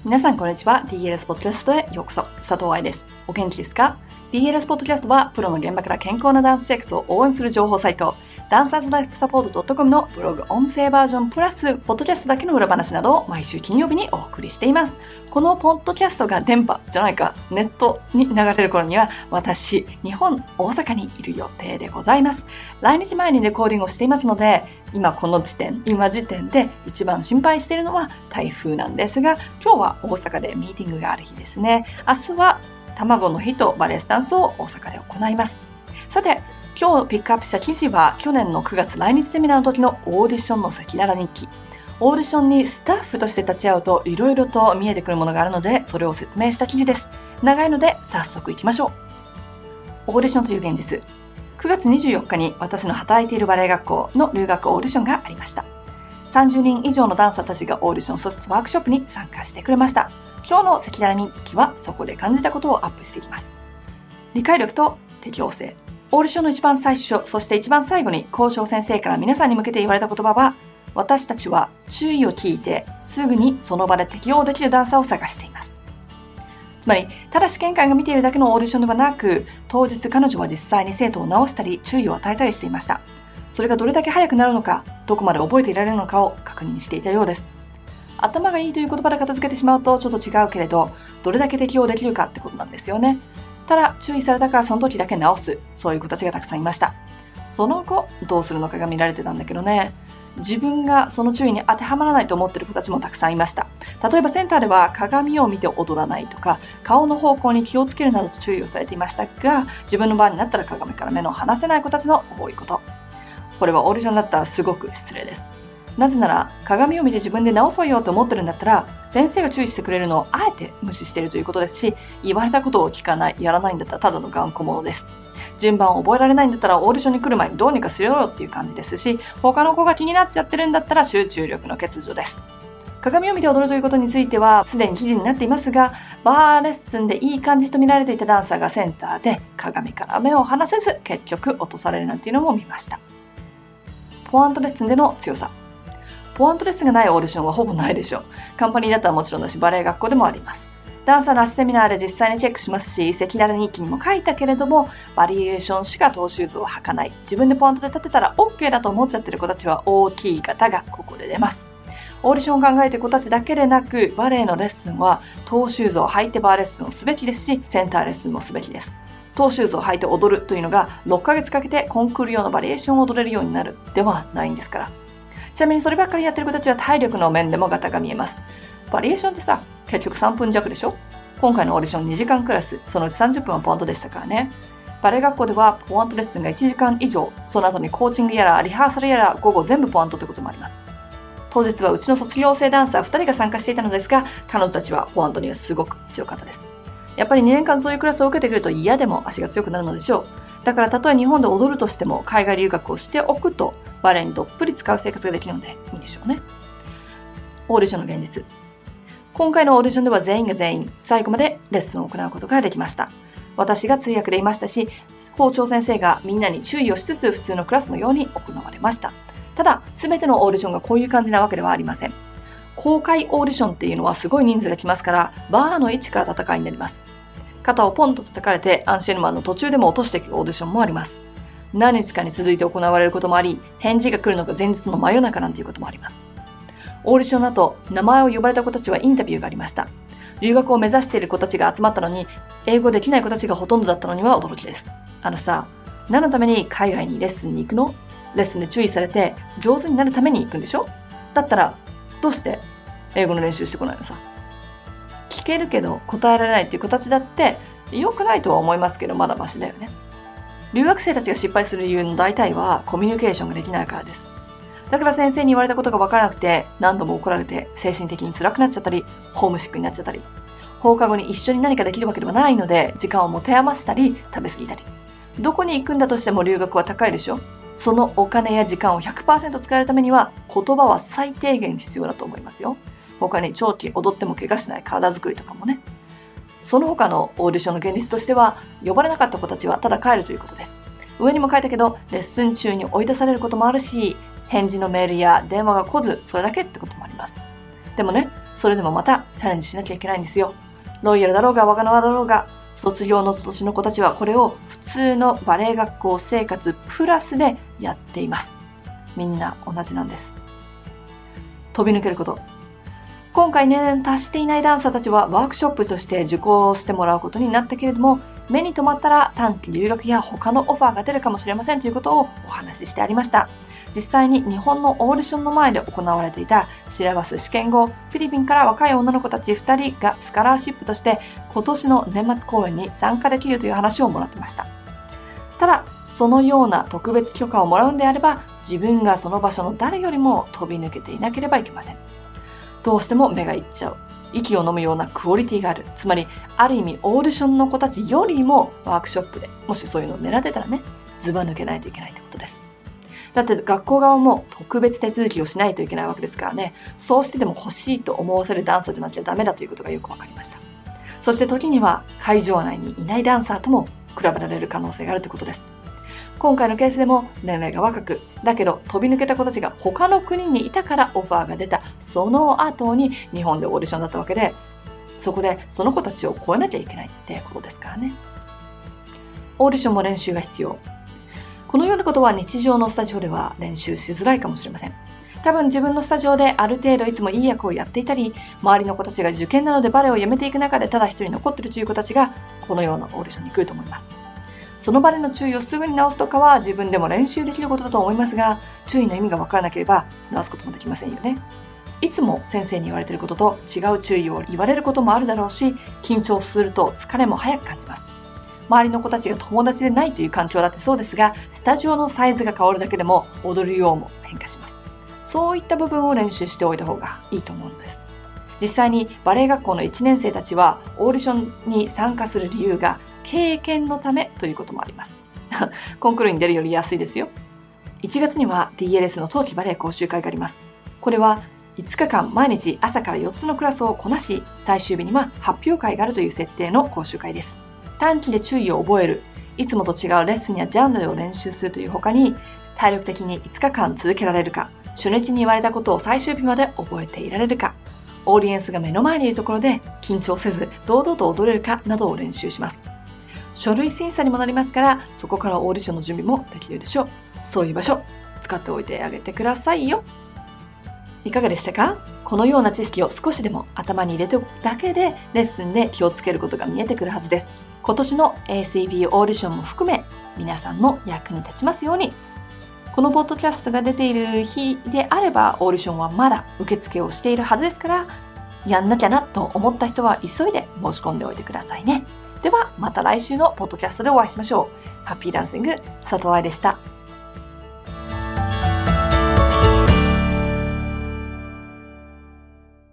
皆さんこんにちは。 DLS ポッドキャストへようこそ。佐藤愛です。お元気ですか？ DLS ポッドキャストはプロの現場から健康なダンス生活を応援する情報サイト、ダンサーズライフサポート .com のブログ音声バージョンプラスポッドキャストだけの裏話などを毎週金曜日にお送りしています。このポッドキャストが電波じゃないかネットに流れる頃には、私日本大阪にいる予定でございます。来日前にレコーディングをしていますので、今時点で一番心配しているのは台風なんですが、今日は大阪でミーティングがある日ですね。明日は卵の日とバレエスタンスを大阪で行います。さて、今日ピックアップした記事は去年の9月来日セミナーの時のオーディションの赤裸々日記。オーディションにスタッフとして立ち会うと色々と見えてくるものがあるので、それを説明した記事です。長いので早速行きましょう。オーディションという現実。9月24日に私の働いているバレエ学校の留学オーディションがありました。30人以上のダンサーたちがオーディションそしてワークショップに参加してくれました。今日の赤裸々日記はそこで感じたことをアップしていきます。理解力と適応性。オーディションの一番最初、そして一番最後に校長先生から皆さんに向けて言われた言葉は、私たちは注意を聞いてすぐにその場で適応できるダンサーを探しています。つまり、ただ試験官が見ているだけのオーディションではなく、当日彼女は実際に生徒を直したり注意を与えたりしていました。それがどれだけ早くなるのか、どこまで覚えていられるのかを確認していたようです。頭がいいという言葉で片付けてしまうとちょっと違うけれど、どれだけ適応できるかってことなんですよね。ただ注意されたからその時だけ直す、そういう子たちがたくさんいました。その後どうするのかが見られてたんだけどね、自分がその注意に当てはまらないと思っている子たちもたくさんいました。例えばセンターでは鏡を見て踊らないとか、顔の方向に気をつけるなどと注意をされていましたが、自分の番になったら鏡から目の離せない子たちの多いこと。これはオーディションだったらすごく失礼です。なぜなら鏡を見て自分で直そうよと思ってるんだったら、先生が注意してくれるのをあえて無視しているということですし、言われたことを聞かない、やらないんだったらただの頑固者です。順番を覚えられないんだったらオーディションに来る前にどうにかしろよっていう感じですし、他の子が気になっちゃってるんだったら集中力の欠如です。鏡を見て踊るということについてはすでに記事になっていますが、バーレッスンでいい感じと見られていたダンサーがセンターで鏡から目を離せず結局落とされるなんていうのも見ました。ポワントレッスンでの強さ。ポワントレッスンがないオーディションはほぼないでしょう。カンパニーだったらもちろんだし、バレエ学校でもあります。ダンサーのセミナーで実際にチェックしますし、赤裸々日記にも書いたけれども、バリエーションしかトーシューズを履かない、自分でポイントで立てたら OK だと思っちゃってる子たちは大きい方がここで出ます。オーディションを考えている子たちだけでなく、バレエのレッスンはトーシューズを履いてバーレッスンをすべきですし、センターレッスンもすべきです。トーシューズを履いて踊るというのが6ヶ月かけてコンクール用のバリエーションを踊れるようになるではないんですから。ちなみにそればっかりやってる子たちは体力の面でもガタが見えます。バリエーションってさ、結局3分弱でしょ。今回のオーディション2時間クラス、そのうち30分はポワントでしたからね。バレエ学校ではポワントレッスンが1時間以上、その後にコーチングやらリハーサルやら午後全部ポワントということもあります。当日はうちの卒業生ダンサー2人が参加していたのですが、彼女たちはポワントにはすごく強かったです。やっぱり2年間そういうクラスを受けてくると嫌でも足が強くなるのでしょう。だからたとえ日本で踊るとしても海外留学をしておくとバレエにどっぷり使う生活ができるのでいいんでしょうね。オーディションの現実。今回のオーディションでは全員が全員最後までレッスンを行うことができました。私が通訳でいましたし、校長先生がみんなに注意をしつつ普通のクラスのように行われました。ただ、すべてのオーディションがこういう感じなわけではありません。公開オーディションっていうのはすごい人数が来ますから、バーの位置から戦いになります。肩をポンと叩かれてアンシェルマンの途中でも落としていくオーディションもあります。何日かに続いて行われることもあり、返事が来るのが前日の真夜中なんていうこともあります。オーディションの後、名前を呼ばれた子たちはインタビューがありました。留学を目指している子たちが集まったのに、英語できない子たちがほとんどだったのには驚きです。何のために海外にレッスンに行くの？レッスンで注意されて上手になるために行くんでしょ？だったら、どうして英語の練習してこないのさ。聞けるけど答えられないっていう子たちだって良くないとは思いますけど、まだマシだよね。留学生たちが失敗する理由の大体はコミュニケーションができないからです。だから先生に言われたことが分からなくて何度も怒られて精神的に辛くなっちゃったり、ホームシックになっちゃったり、放課後に一緒に何かできるわけではないので時間を持て余したり食べ過ぎたり。どこに行くんだとしても留学は高いでしょ。そのお金や時間を 100% 使えるためには言葉は最低限必要だと思いますよ。他に長期踊っても怪我しない体作りとかもね。その他のオーディションの現実としては、呼ばれなかった子たちはただ帰るということです。上にも書いたけど、レッスン中に追い出されることもあるし、返事のメールや電話が来ず、それだけってこともあります。でもね、 それでもまたチャレンジしなきゃいけないんですよ。ロイヤルだろうがわがままだろうが、卒業の年の子たちはこれを普通のバレエ学校生活プラスでやっています。みんな同じなんです。飛び抜けること。今回年齢達していないダンサーたちはワークショップとして受講してもらうことになったけれども、目に留まったら短期留学や他のオファーが出るかもしれませんということをお話ししてありました。実際に日本のオーディションの前で行われていたシラバス試験後、フィリピンから若い女の子たち2人がスカラーシップとして今年の年末公演に参加できるという話をもらってました。ただ、そのような特別許可をもらうんであれば、自分がその場所の誰よりも飛び抜けていなければいけません。どうしても目がいっちゃう。息を飲むようなクオリティがある。つまり、ある意味オーディションの子たちよりもワークショップで、もしそういうのを狙ってたらね、ずば抜けないといけないってことです。だって学校側も特別手続きをしないといけないわけですからね、そうしてでも欲しいと思わせるダンサーじゃなきゃダメだということがよくわかりました。そして時には会場内にいないダンサーとも比べられる可能性があるということです。今回のケースでも年齢が若く、だけど飛び抜けた子たちが他の国にいたからオファーが出たその後に日本でオーディションだったわけで、そこでその子たちを超えなきゃいけないってことですからね。オーディションも練習が必要。このようなことは日常のスタジオでは練習しづらいかもしれません。多分自分のスタジオである程度いつもいい役をやっていたり、周りの子たちが受験なのでバレエをやめていく中でただ一人残っているという子たちがこのようなオーディションに来ると思います。その場での注意をすぐに直すとかは自分でも練習できることだと思いますが、注意の意味がわからなければ直すこともできませんよね。いつも先生に言われていることと違う注意を言われることもあるだろうし、緊張すると疲れも早く感じます。周りの子たちが友達でないという環境だってそうですが、スタジオのサイズが変わるだけでも踊るようも変化します。そういった部分を練習しておいた方がいいと思うのです。実際にバレエ学校の1年生たちはオーディションに参加する理由が経験のためということもあります。コンクールに出るより安いですよ。1月には DLS の冬季バレエ講習会があります。これは5日間毎日朝から4つのクラスをこなし、最終日には発表会があるという設定の講習会です。短期で注意を覚える、いつもと違うレッスンやジャンルを練習するという他に、体力的に5日間続けられるか、初日に言われたことを最終日まで覚えていられるか、オーディエンスが目の前にいるところで緊張せず堂々と踊れるかなどを練習します。書類審査にもなりますから、そこからオーディションの準備もできるでしょう。そういう場所、使っておいてあげてくださいよ。いかがでしたか？このような知識を少しでも頭に入れておくだけで、レッスンで気をつけることが見えてくるはずです。今年の ACB オーディションも含め、皆さんの役に立ちますように。このポッドキャストが出ている日であれば、オーディションはまだ受付をしているはずですから、やんなきゃなと思った人は急いで申し込んでおいてくださいね。ではまた来週のポッドキャストでお会いしましょう。ハッピーダンシング、佐藤愛でした。